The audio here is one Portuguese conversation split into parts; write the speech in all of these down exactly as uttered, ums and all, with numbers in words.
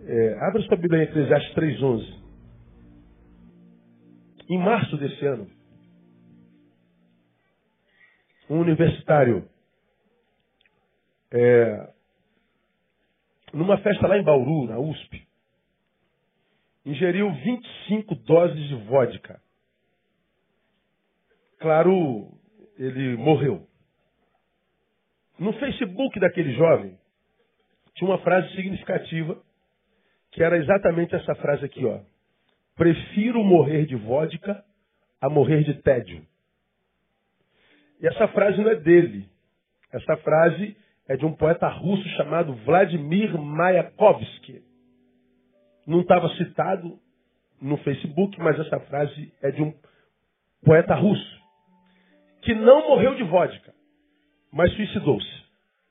É, abra sua Bíblia em Eclesiastes três, onze. Em março desse ano, um universitário, é, numa festa lá em Bauru, na U S P, ingeriu vinte e cinco doses de vodka. Claro, ele morreu. No Facebook daquele jovem, tinha uma frase significativa, que era exatamente essa frase aqui, ó. Prefiro morrer de vodka a morrer de tédio. E essa frase não é dele. Essa frase é de um poeta russo chamado Vladimir Mayakovsky. Não estava citado no Facebook, mas essa frase é de um poeta russo, que não morreu de vodka, mas suicidou-se.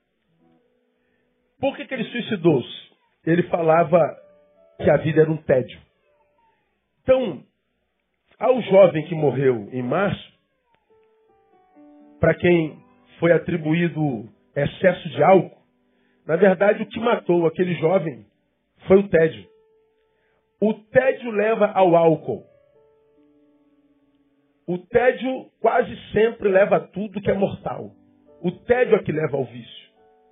Por que que ele suicidou-se? Ele falava que a vida era um tédio. Então, ao jovem que morreu em março, para quem foi atribuído excesso de álcool, na verdade o que matou aquele jovem foi o tédio. O tédio leva ao álcool. O tédio quase sempre leva a tudo que é mortal. O tédio é que leva ao vício.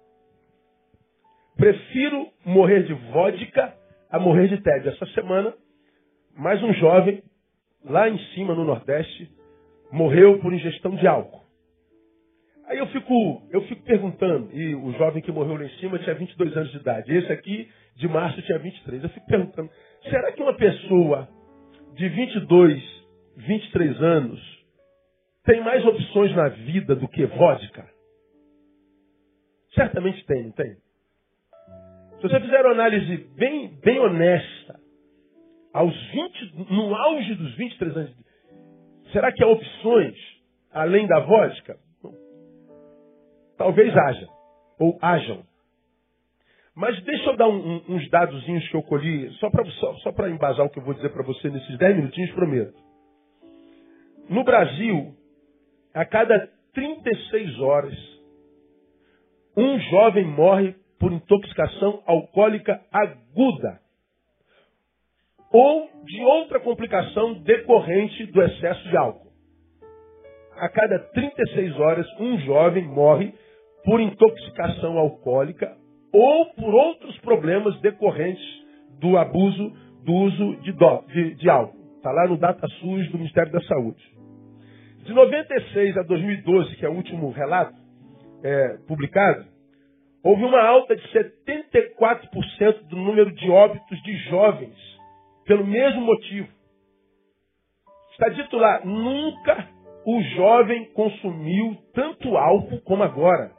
Prefiro morrer de vodka a morrer de tédio. Essa semana, mais um jovem, lá em cima no Nordeste, morreu por ingestão de álcool. Aí eu fico, eu fico perguntando, e o jovem que morreu lá em cima tinha vinte e dois anos de idade. Esse aqui, de março, tinha vinte e três. Eu fico perguntando, será que uma pessoa de vinte e dois, vinte e três anos tem mais opções na vida do que vodka? Certamente tem, não tem? Se você fizer uma análise bem, bem honesta, aos vinte, no auge dos vinte e três anos, será que há opções além da vodka? Talvez haja, ou hajam. Mas deixa eu dar um, um, uns dadozinhos que eu colhi, só para só, só para embasar o que eu vou dizer para você nesses dez minutinhos, prometo. No Brasil, a cada trinta e seis horas, um jovem morre por intoxicação alcoólica aguda ou de outra complicação decorrente do excesso de álcool. A cada trinta e seis horas, um jovem morre por intoxicação alcoólica ou por outros problemas decorrentes do abuso do uso de, do, de, de álcool. Está lá no DataSUS do Ministério da Saúde. De noventa e seis a dois mil e doze, que é o último relato é, publicado, houve uma alta de setenta e quatro por cento do número de óbitos de jovens, pelo mesmo motivo. Está dito lá, nunca o jovem consumiu tanto álcool como agora.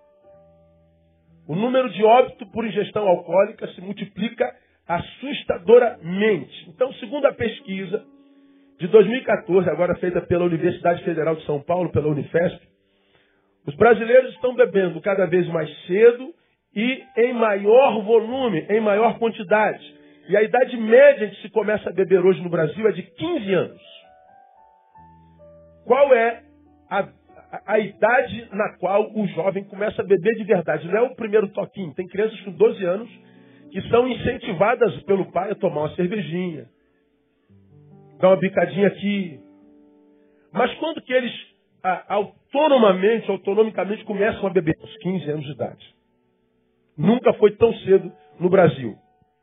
O número de óbito por ingestão alcoólica se multiplica assustadoramente. Então, segundo a pesquisa de dois mil e quatorze, agora feita pela Universidade Federal de São Paulo, pela Unifesp, os brasileiros estão bebendo cada vez mais cedo e em maior volume, em maior quantidade. E a idade média que se começa a beber hoje no Brasil é de quinze anos. Qual é a, a, a idade na qual o jovem começa a beber de verdade? Não é o primeiro toquinho. Tem crianças com doze anos que são incentivadas pelo pai a tomar uma cervejinha, dar uma bicadinha aqui. Mas quando que eles a, autonomamente, autonomicamente começam a beber? Aos quinze anos de idade. Nunca foi tão cedo no Brasil.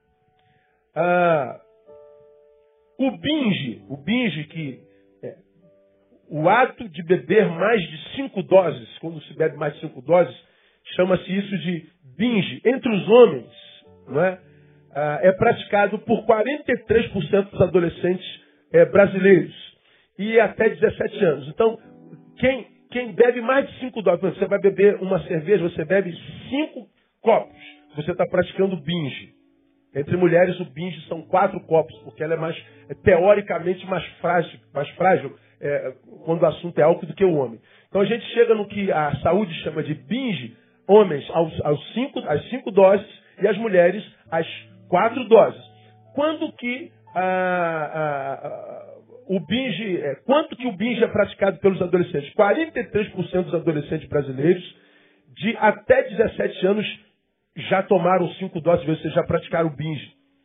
Ah, o binge, o binge que é, o ato de beber mais de cinco doses, quando se bebe mais de cinco doses, chama-se isso de binge. Entre os homens, não é? Ah, é praticado por quarenta e três por cento dos adolescentes é, brasileiros e até dezessete anos. Então, quem, quem bebe mais de cinco doses, você vai beber uma cerveja, você bebe cinco copos, você está praticando binge. Entre mulheres, o binge são quatro copos, porque ela é mais, é, teoricamente, mais frágil, mais frágil é, quando o assunto é álcool do que o homem. Então a gente chega no que a saúde chama de binge, homens aos, aos cinco, às cinco doses e as mulheres às quatro doses. Quando que a, a, a, o binge, é, quanto que o binge é praticado pelos adolescentes? quarenta e três por cento dos adolescentes brasileiros de até dezessete anos já tomaram cinco doses, ou seja, já praticaram o binge.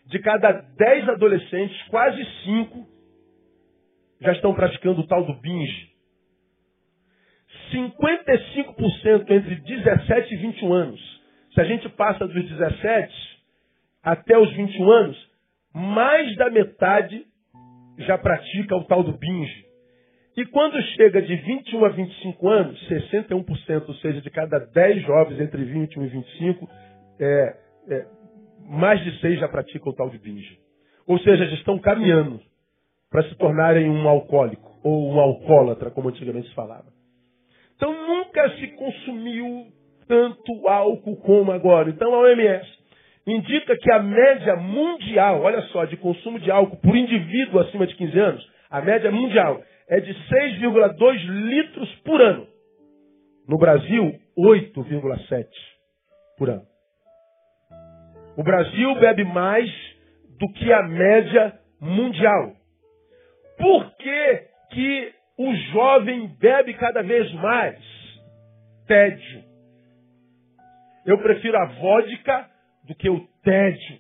de cada dez adolescentes, quase cinco já estão praticando o tal do binge. cinquenta e cinco por cento entre dezessete e vinte e um anos. Se a gente passa dos dezessete até os vinte e um anos, mais da metade já pratica o tal do binge. E quando chega de vinte e um a vinte e cinco anos, sessenta e um por cento, ou seja, de cada dez jovens entre vinte e um e vinte e cinco, é, é, mais de seis já praticam o tal de binge. Ou seja, já estão caminhando para se tornarem um alcoólico, ou um alcoólatra, como antigamente se falava. Então nunca se consumiu tanto álcool como agora. Então a O M S indica que a média mundial, olha só, de consumo de álcool por indivíduo acima de quinze anos, a média mundial é de seis vírgula dois litros por ano. No Brasil, oito vírgula sete por ano. O Brasil bebe mais do que a média mundial. Por que que o jovem bebe cada vez mais? Tédio. Eu prefiro a vodka do que o tédio.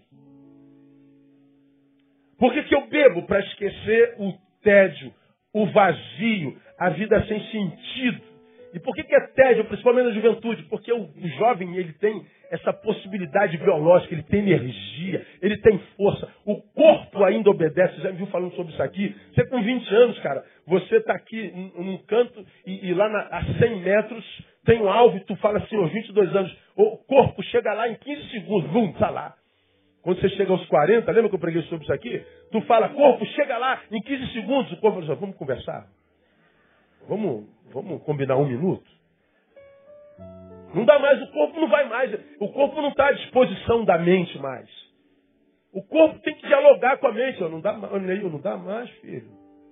Por que que eu bebo? Para esquecer o tédio, o vazio, a vida sem sentido. E por que que é tédio, principalmente na juventude? Porque o jovem, ele tem essa possibilidade biológica, ele tem energia, ele tem força. O corpo ainda obedece. Você já me viu falando sobre isso aqui? Você com vinte anos, cara, você está aqui num canto e, e lá na, a cem metros tem um alvo e tu fala assim, aos vinte e dois anos, o corpo chega lá em quinze segundos, vum, tá lá. Quando você chega aos quarenta, lembra que eu preguei sobre isso aqui? Tu fala, corpo, chega lá em quinze segundos. O corpo fala assim, vamos conversar? Vamos, vamos combinar um minuto? Não dá mais, o corpo não vai mais. O corpo não está à disposição da mente mais. O corpo tem que dialogar com a mente. Não dá, não dá mais, filho.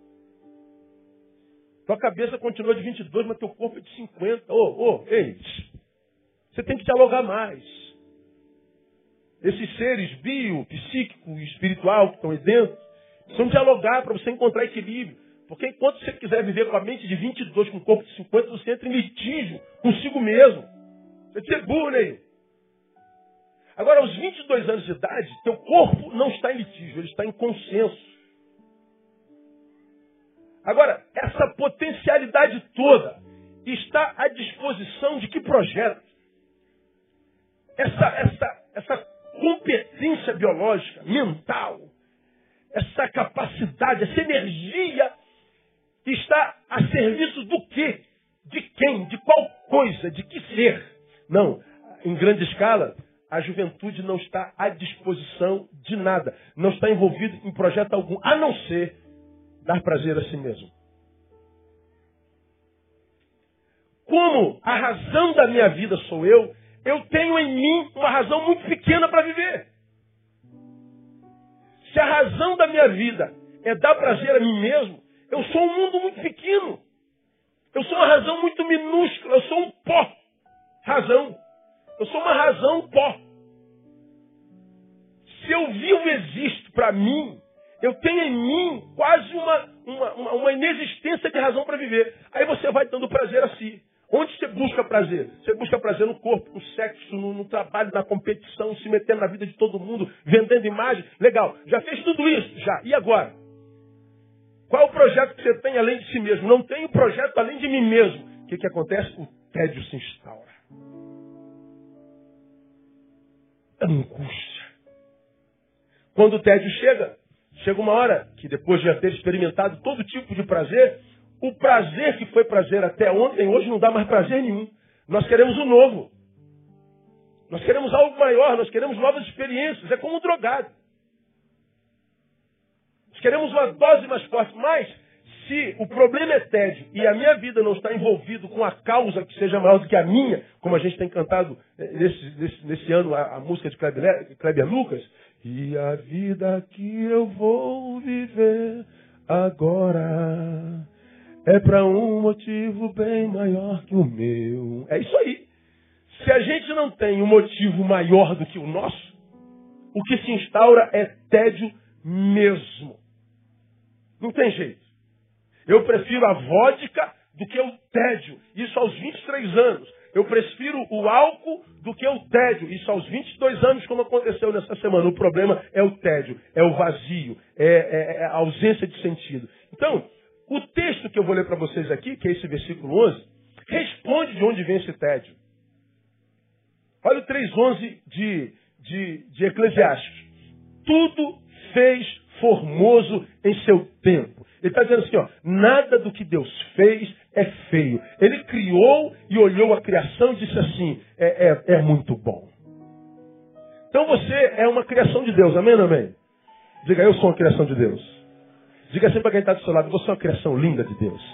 Tua cabeça continua de vinte e dois, mas teu corpo é de cinquenta. Ô, oh, oh, ei, você tem que dialogar mais. Esses seres bio, psíquico e espiritual que estão aí dentro, precisam dialogar para você encontrar equilíbrio. Porque enquanto você quiser viver com a mente de vinte e dois, com o corpo de cinquenta, você entra em litígio consigo mesmo. Você tem que ser burro, né? Agora, aos vinte e dois anos de idade, teu corpo não está em litígio, ele está em consenso. Agora, essa potencialidade toda está à disposição de que projeto? Essa, essa, essa competência biológica, mental, essa capacidade, essa energia está a serviço do quê? De quem? De qual coisa? De que ser? Não, em grande escala, a juventude não está à disposição de nada. Não está envolvido em projeto algum, a não ser dar prazer a si mesmo. Como a razão da minha vida sou eu, eu tenho em mim uma razão muito pequena para viver. Se a razão da minha vida é dar prazer a mim mesmo, eu sou um mundo muito pequeno. Eu sou uma razão muito minúscula, eu sou um pó. Razão. Eu sou uma razão pó. Se eu vivo existo para mim, eu tenho em mim quase uma, uma, uma, uma inexistência de razão para viver. Aí você vai dando prazer a si. Onde você busca prazer? Você busca prazer no corpo, no sexo, no, no trabalho, na competição, se metendo na vida de todo mundo, vendendo imagem. Legal. Já fez tudo isso? Já. E agora? Qual é o projeto que você tem além de si mesmo? Não tenho projeto além de mim mesmo. O que, que acontece? O tédio se instaura. Angústia. Quando o tédio chega, chega uma hora que depois de já ter experimentado todo tipo de prazer, o prazer que foi prazer até ontem, hoje não dá mais prazer nenhum. Nós queremos o novo. Nós queremos algo maior, nós queremos novas experiências. É como um drogado. Nós queremos uma dose mais forte. Mas, se o problema é tédio e a minha vida não está envolvido com a causa que seja maior do que a minha, como a gente tem cantado nesse, nesse, nesse ano a, a música de Kleber, Kleber Lucas, e a vida que eu vou viver agora é para um motivo bem maior que o meu. É isso aí. Se a gente não tem um motivo maior do que o nosso, o que se instaura é tédio mesmo. Não tem jeito. Eu prefiro a vodka do que o tédio. Isso aos vinte e três anos. Eu prefiro o álcool do que o tédio. Isso aos vinte e dois anos, como aconteceu nessa semana. O problema é o tédio, é o vazio, é, é, é a ausência de sentido. Então, o texto que eu vou ler para vocês aqui, que é esse versículo onze, responde de onde vem esse tédio. Olha o três onze de, de, de Eclesiastes. Tudo fez formoso em seu tempo. Ele está dizendo assim, ó, nada do que Deus fez é feio. Ele criou e olhou a criação e disse assim, é, é, é muito bom. Então você é uma criação de Deus, amém ou amém? Diga, eu sou uma criação de Deus. Diga assim para quem está do seu lado, você é uma criação linda de Deus.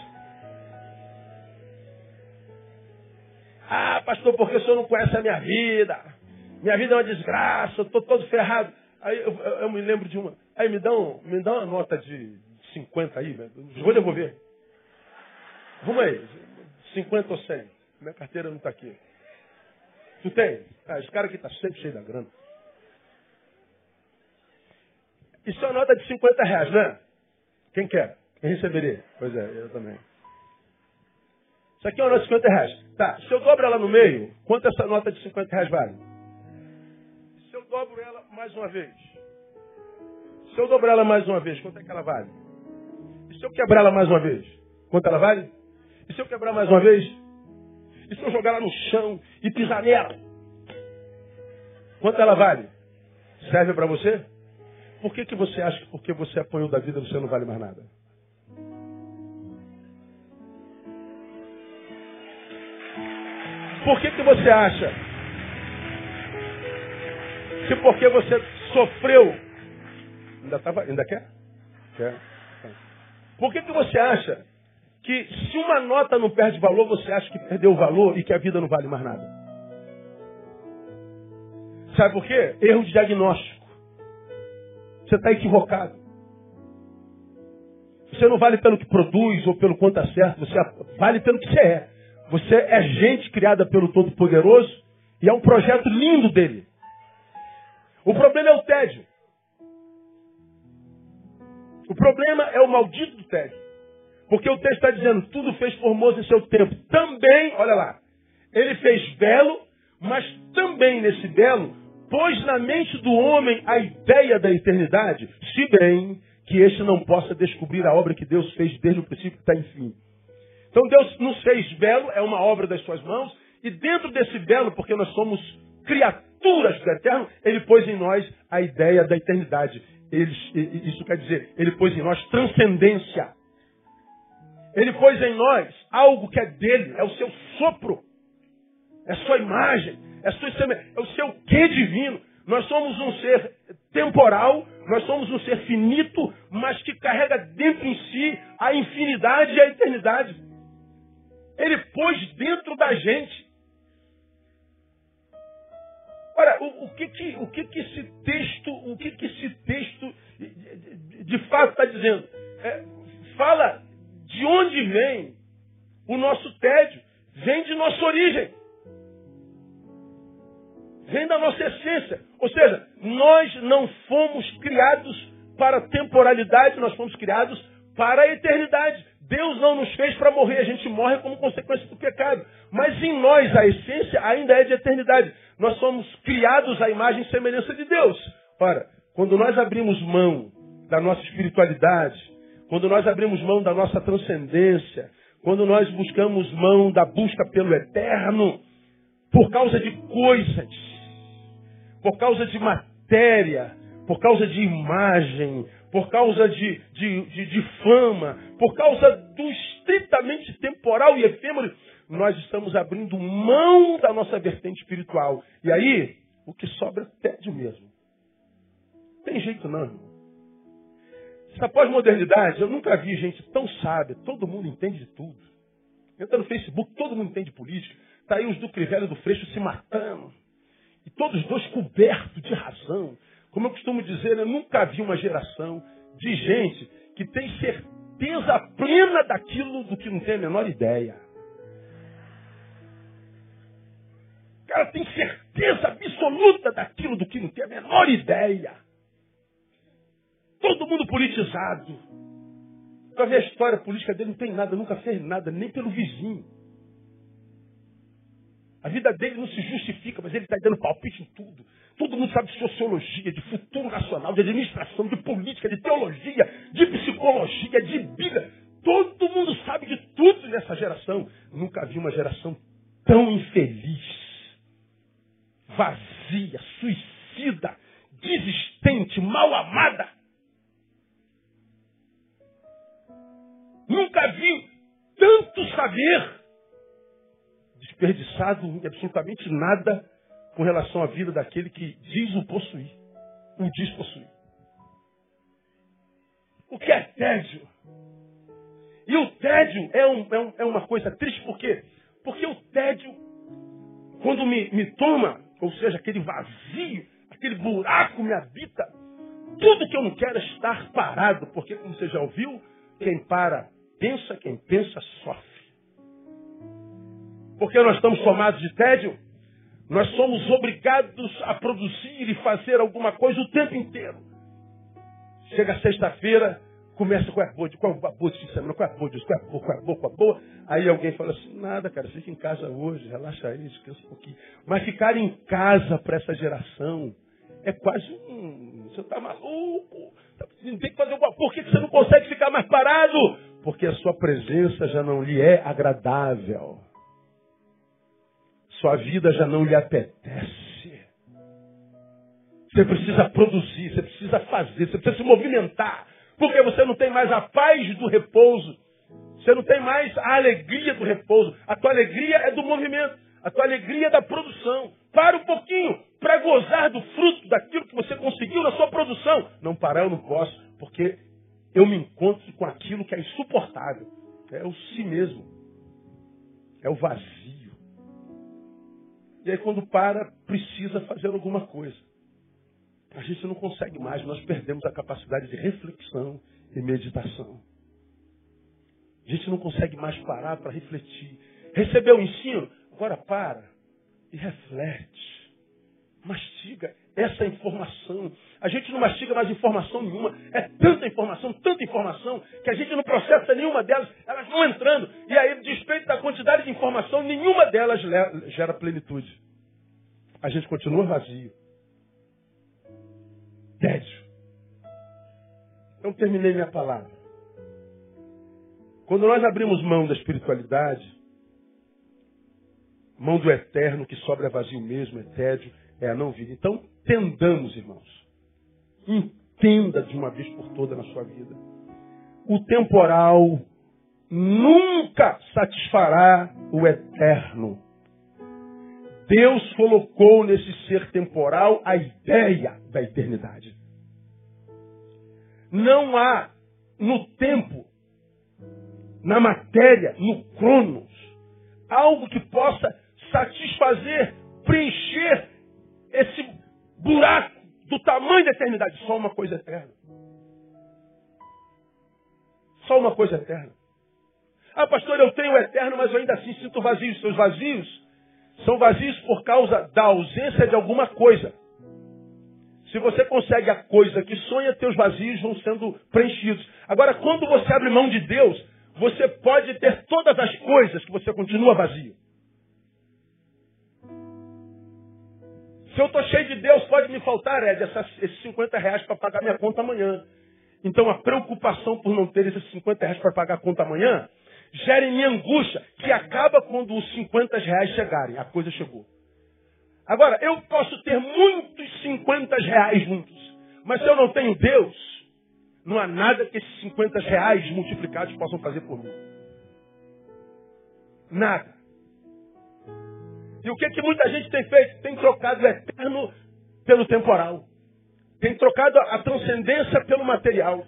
Ah, pastor, porque o senhor não conhece a minha vida? Minha vida é uma desgraça, eu estou todo ferrado. Aí eu, eu, eu me lembro de uma. Aí me dá, um, me dá uma nota de cinquenta aí, velho. Vou devolver. Vamos aí. cinquenta ou cem. Minha carteira não está aqui. Tu tem? Ah, esse cara aqui está sempre cheio da grana. Isso é uma nota de cinquenta reais, né? Quem quer? Quem receberia? Pois é, eu também. Isso aqui é uma nota de cinquenta reais. Tá, se eu dobro ela no meio, quanto essa nota de cinquenta reais vale? Se eu dobro ela mais uma vez? Se eu dobrar ela mais uma vez, quanto é que ela vale? E se eu quebrar ela mais uma vez? Quanto ela vale? E se eu quebrar mais uma vez? E se eu jogar ela no chão e pisar nela? Quanto ela vale? Serve para você? Por que, que você acha que porque você apanhou da vida você não vale mais nada? Por que, que você acha que porque você sofreu... Ainda, tava, ainda quer? Quer. Por que, que você acha que se uma nota não perde valor, você acha que perdeu o valor e que a vida não vale mais nada? Sabe por quê? Erro de diagnóstico. Você está equivocado. Você não vale pelo que produz ou pelo quanto acerta, você vale pelo que você é. Você é gente criada pelo Todo-Poderoso e é um projeto lindo dele. O problema é o tédio. O problema é o maldito do tédio. Porque o texto está dizendo, tudo fez formoso em seu tempo. Também, olha lá, ele fez belo, mas também nesse belo, pôs na mente do homem a ideia da eternidade, se bem que este não possa descobrir a obra que Deus fez desde o princípio até o fim. Então Deus nos fez belo, é uma obra das suas mãos, e dentro desse belo, porque nós somos criaturas do eterno, ele pôs em nós a ideia da eternidade. Ele, isso quer dizer, ele pôs em nós transcendência. Ele pôs em nós algo que é dele, é o seu sopro, é a sua imagem, é, a sua, é o seu quê divino. Nós somos um ser temporal, nós somos um ser finito, mas que carrega dentro em si a infinidade e a eternidade. Ele pôs dentro da gente. Ora, o, o, que, que, o que, que esse texto, o que, que esse texto de, de, de fato está dizendo? É, fala de onde vem o nosso tédio. Vem de nossa origem. Vem da nossa essência. Ou seja, nós não fomos criados para a temporalidade, nós fomos criados para a eternidade. Deus não nos fez para morrer, a gente morre como consequência do pecado. Mas em nós a essência ainda é de eternidade. Nós somos criados à imagem e semelhança de Deus. Ora, quando nós abrimos mão da nossa espiritualidade, quando nós abrimos mão da nossa transcendência, quando nós buscamos mão da busca pelo eterno, por causa de coisas, por causa de matéria, por causa de imagem, por causa de, de, de, de fama, por causa do estritamente temporal e efêmero, nós estamos abrindo mão da nossa vertente espiritual. E aí, o que sobra é tédio mesmo. Não tem jeito não, irmão. Essa pós-modernidade, eu nunca vi gente tão sábia, todo mundo entende de tudo. Entra no Facebook, todo mundo entende política. Está aí os do Crivella e do Freixo se matando. E todos os dois cobertos de razão. Como eu costumo dizer, eu nunca vi uma geração de gente que tem certeza plena daquilo do que não tem a menor ideia. O cara tem certeza absoluta daquilo do que não tem a menor ideia. Todo mundo politizado. Para ver a história política dele, não tem nada, nunca fez nada, nem pelo vizinho. A vida dele não se justifica, mas ele está dando palpite em tudo. Todo mundo sabe de sociologia, de futuro nacional, de administração, de política, de teologia, de psicologia, de Bíblia. Todo mundo sabe de tudo nessa geração. Nunca vi uma geração tão infeliz, vazia, suicida, desistente, mal amada. Nunca vi tanto saber desperdiçado em absolutamente nada com relação à vida daquele que diz o possuir. O diz possuir. O que é tédio? E o tédio é, um, é, um, é uma coisa triste, por quê? Porque o tédio, quando me, me toma, ou seja, aquele vazio, aquele buraco me habita, tudo que eu não quero é estar parado, porque, como você já ouviu, quem para pensa, quem pensa sofre. Porque nós estamos tomados de tédio, nós somos obrigados a produzir e fazer alguma coisa o tempo inteiro. Chega sexta-feira, começa com a boa, qual é a boa de semana, qual é a boa, qual é a boa, qual é a boa, qual é a boa. Aí alguém fala assim, nada, cara, fica em casa hoje, relaxa aí, descansa um pouquinho. Mas ficar em casa para essa geração é quase um... Você está maluco, tem que fazer alguma... Por que você não consegue ficar mais parado? Porque a sua presença já não lhe é agradável. Sua vida já não lhe apetece. Você precisa produzir, você precisa fazer, você precisa se movimentar. Porque você não tem mais a paz do repouso. Você não tem mais a alegria do repouso. A tua alegria é do movimento. A tua alegria é da produção. Para um pouquinho para gozar do fruto daquilo que você conseguiu na sua produção. Não parar eu não posso, porque eu me encontro com aquilo que é insuportável. É o si mesmo. É o vazio. E aí quando para, precisa fazer alguma coisa. A gente não consegue mais, nós perdemos a capacidade de reflexão e meditação. A gente não consegue mais parar para refletir. Recebeu o ensino? Agora para e reflete. Mastiga essa informação. A gente não mastiga mais informação nenhuma. É tanta informação, tanta informação, que a gente não processa nenhuma delas. Elas vão entrando. E aí, a despeito da quantidade de informação, nenhuma delas gera plenitude. A gente continua vazio. Tédio. Então terminei minha palavra. Quando nós abrimos mão da espiritualidade, mão do eterno, que sobra é vazio mesmo, é tédio, é a não vida. Então tendamos, irmãos. Entenda de uma vez por toda na sua vida. O temporal nunca satisfará o eterno. Deus colocou nesse ser temporal a ideia da eternidade. Não há no tempo, na matéria, no cronos, algo que possa satisfazer, preencher esse buraco do tamanho da eternidade. Só uma coisa eterna. Só uma coisa eterna. Ah, pastor, eu tenho o eterno, mas eu ainda assim sinto vazios. Seus vazios são vazios por causa da ausência de alguma coisa. Se você consegue a coisa que sonha, teus vazios vão sendo preenchidos. Agora, quando você abre mão de Deus, você pode ter todas as coisas que você continua vazio. Se eu estou cheio de Deus, pode me faltar, Ed, esses cinquenta reais para pagar minha conta amanhã. Então, a preocupação por não ter esses cinquenta reais para pagar a conta amanhã gera em mim angústia, que acaba quando os cinquenta reais chegarem. A coisa chegou. Agora, eu posso ter muitos cinquenta reais juntos, mas se eu não tenho Deus, não há nada que esses cinquenta reais multiplicados possam fazer por mim. Nada. E o que, que muita gente tem feito? Tem trocado o eterno pelo temporal. Tem trocado a transcendência pelo material.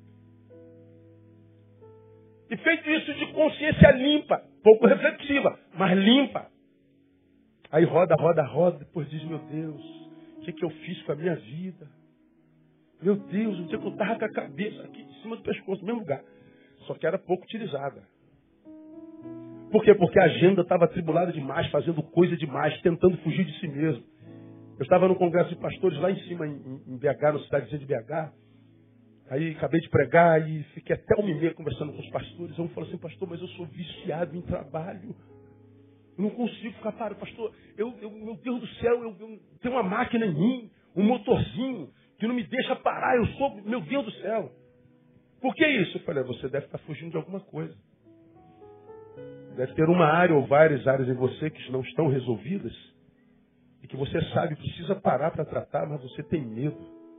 E feito isso de consciência limpa, pouco reflexiva, mas limpa. Aí roda, roda, roda, depois diz, meu Deus, o que, que eu fiz com a minha vida? Meu Deus, o dia que eu estava com a cabeça aqui em cima do pescoço, no mesmo lugar. Só que era pouco utilizada. Por quê? Porque a agenda estava atribulada demais, fazendo coisa demais, tentando fugir de si mesmo. Eu estava no congresso de pastores lá em cima, em, em B H, na cidadezinha de B H. Aí acabei de pregar e fiquei até uma e meia conversando com os pastores. Um falou assim, pastor, mas eu sou viciado em trabalho. Eu não consigo ficar parado, pastor. Eu, eu, meu Deus do céu, eu, eu tenho uma máquina em mim, um motorzinho, que não me deixa parar. Eu sou, meu Deus do céu. Por que isso? Eu falei, você deve estar fugindo de alguma coisa. Deve ter uma área ou várias áreas em você que não estão resolvidas e que você sabe, precisa parar para tratar, mas você tem medo.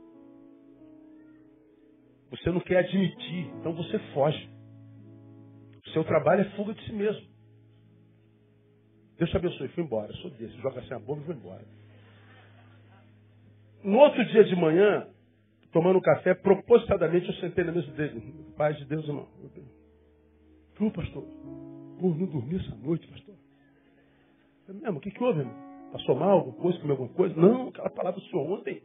Você não quer admitir, então você foge. O seu trabalho é fuga de si mesmo. Deus te abençoe, fui embora. Eu sou desse, joga assim a bomba e vou embora. No outro dia de manhã, tomando café, propositadamente eu sentei na mesa dele. Paz de Deus, irmão. Ô, pastor, pô, não dormi essa noite, pastor. É mesmo? O que que houve, irmão? Passou mal, alguma coisa, comeu alguma coisa? Não, aquela palavra do senhor ontem.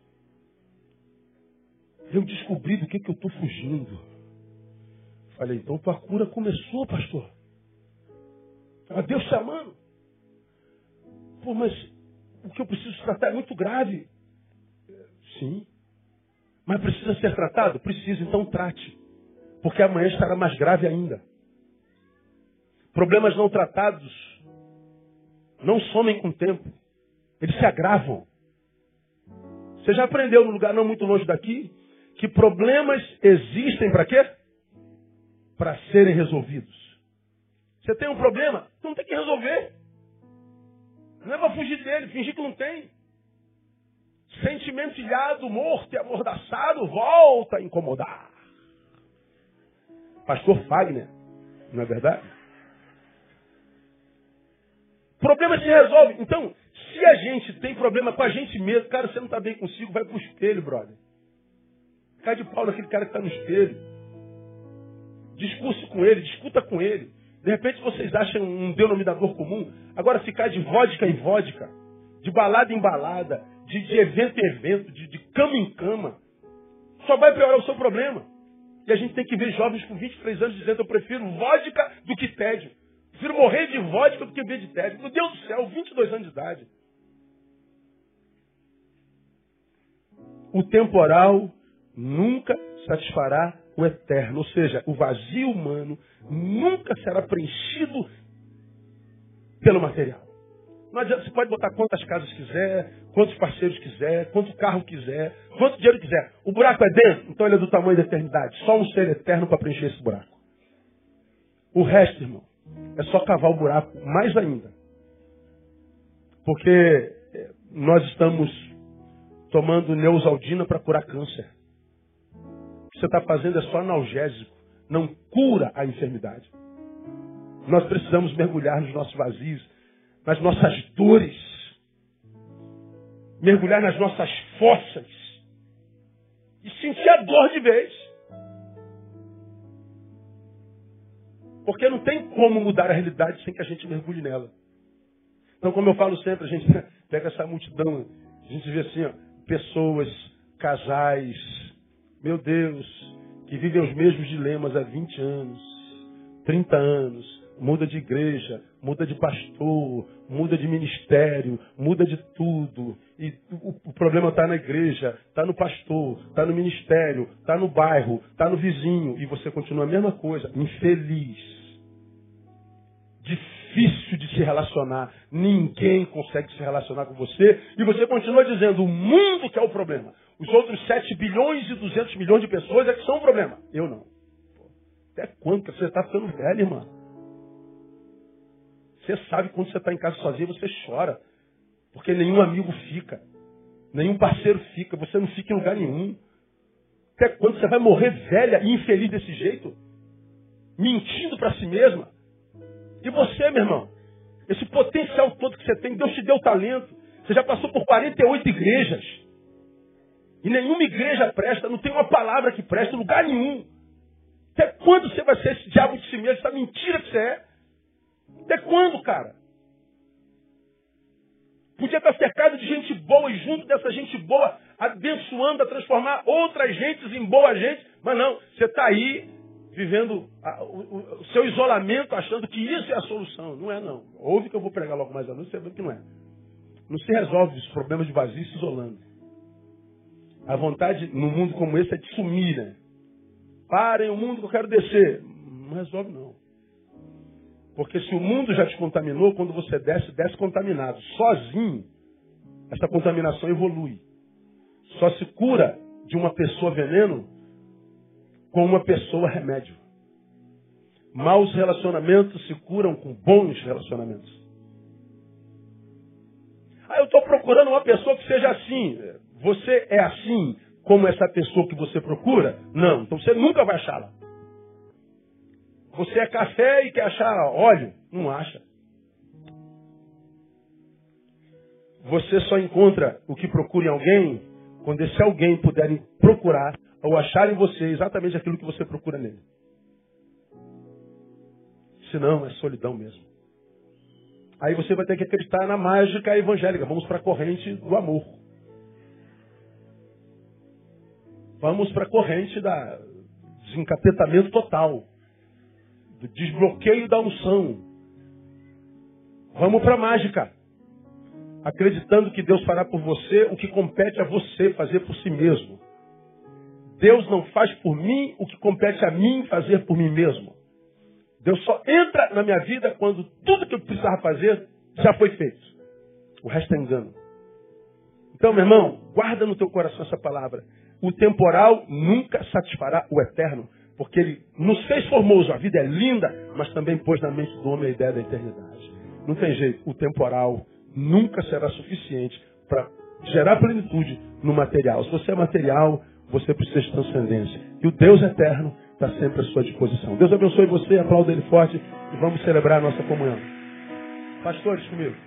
Eu descobri do que que eu estou fugindo. Falei, então tua cura começou, pastor. Ah, Deus te amando. Pô, mas o que eu preciso tratar é muito grave. Sim. Mas precisa ser tratado? Precisa, então trate. Porque amanhã estará mais grave ainda. Problemas não tratados não somem com o tempo. Eles se agravam. Você já aprendeu num lugar não muito longe daqui que problemas existem para quê? Para serem resolvidos. Você tem um problema? Então tem que resolver. Não é para fugir dele, fingir que não tem. Sentimento ilhado, morto e amordaçado volta a incomodar. Pastor Fagner, não é verdade? Problema se resolve. Então, se a gente tem problema com a gente mesmo, cara, você não está bem consigo, vai para o espelho, brother. Cai de pau naquele cara que está no espelho. Discurse com ele, discuta com ele. De repente vocês acham um denominador comum. Agora ficar de vodka em vodka, de balada em balada, de, de evento em evento, de, de cama em cama, só vai piorar o seu problema. E a gente tem que ver jovens com vinte e três anos dizendo, eu prefiro vodka do que tédio. Prefiro morrer de vodka do que beber de tédio. Meu Deus do céu, vinte e dois anos de idade. O temporal nunca satisfará o eterno. Ou seja, o vazio humano nunca será preenchido pelo material. Não adianta, você pode botar quantas casas quiser, quantos parceiros quiser, quanto carro quiser, quanto dinheiro quiser. O buraco é dentro, então ele é do tamanho da eternidade. Só um ser eterno para preencher esse buraco. O resto, irmão, é só cavar o buraco mais ainda. Porque nós estamos tomando Neosaldina para curar câncer. O que você está fazendo é só analgésico, não cura a enfermidade. Nós precisamos mergulhar nos nossos vazios, nas nossas dores, mergulhar nas nossas fossas e sentir a dor de vez. Porque não tem como mudar a realidade sem que a gente mergulhe nela. Então, como eu falo sempre, a gente pega essa multidão, a gente vê assim, ó, pessoas, casais, meu Deus, que vivem os mesmos dilemas há vinte anos, trinta anos, muda de igreja, muda de pastor, muda de ministério, muda de tudo. E o, o problema está na igreja, está no pastor, está no ministério, está no bairro, está no vizinho. E você continua a mesma coisa, infeliz. Difícil de se relacionar. Ninguém consegue se relacionar com você. E você continua dizendo, o mundo que é o problema. Os outros sete bilhões e duzentos milhões de pessoas é que são o problema. Eu não. Até quando que você está ficando velho, irmão? Você sabe que quando você está em casa sozinho, você chora. Porque nenhum amigo fica. Nenhum parceiro fica. Você não fica em lugar nenhum. Até quando você vai morrer velha e infeliz desse jeito? Mentindo para si mesma? E você, meu irmão? Esse potencial todo que você tem, Deus te deu talento. Você já passou por quarenta e oito igrejas. E nenhuma igreja presta, não tem uma palavra que presta em lugar nenhum. Até quando você vai ser esse diabo de si mesmo, essa mentira que você é? Até quando, cara? Podia estar cercado de gente boa e junto dessa gente boa, abençoando a transformar outras gentes em boa gente. Mas não, você está aí vivendo a, o, o seu isolamento, achando que isso é a solução. Não é, não. Ouve que eu vou pregar logo mais à noite, você vê que não é. Não se resolve os problemas de vazio se isolando. A vontade num mundo como esse é de sumir, né? Parem o mundo que eu quero descer. Não resolve, não. Porque se o mundo já te contaminou, quando você desce, desce contaminado. Sozinho, essa contaminação evolui. Só se cura de uma pessoa veneno com uma pessoa remédio. Maus relacionamentos se curam com bons relacionamentos. Ah, eu estou procurando uma pessoa que seja assim. Você é assim como essa pessoa que você procura? Não, então você nunca vai achá-la. Você é café e quer achar óleo? Não acha. Você só encontra o que procura em alguém quando esse alguém puder procurar ou achar em você exatamente aquilo que você procura nele. Senão é solidão mesmo. Aí você vai ter que acreditar na mágica evangélica. Vamos para a corrente do amor. Vamos para a corrente da desencapetamento total. Do desbloqueio da unção. Vamos para a mágica. Acreditando que Deus fará por você o que compete a você fazer por si mesmo. Deus não faz por mim o que compete a mim fazer por mim mesmo. Deus só entra na minha vida quando tudo que eu precisava fazer já foi feito. O resto é engano. Então, meu irmão, guarda no teu coração essa palavra. O temporal nunca satisfará o eterno, porque ele nos fez formoso. A vida é linda, mas também pôs na mente do homem a ideia da eternidade. Não tem jeito. O temporal nunca será suficiente para gerar plenitude no material. Se você é material, você precisa de transcendência. E o Deus eterno está sempre à sua disposição. Deus abençoe você, aplauda ele forte e vamos celebrar a nossa comunhão. Pastores, comigo.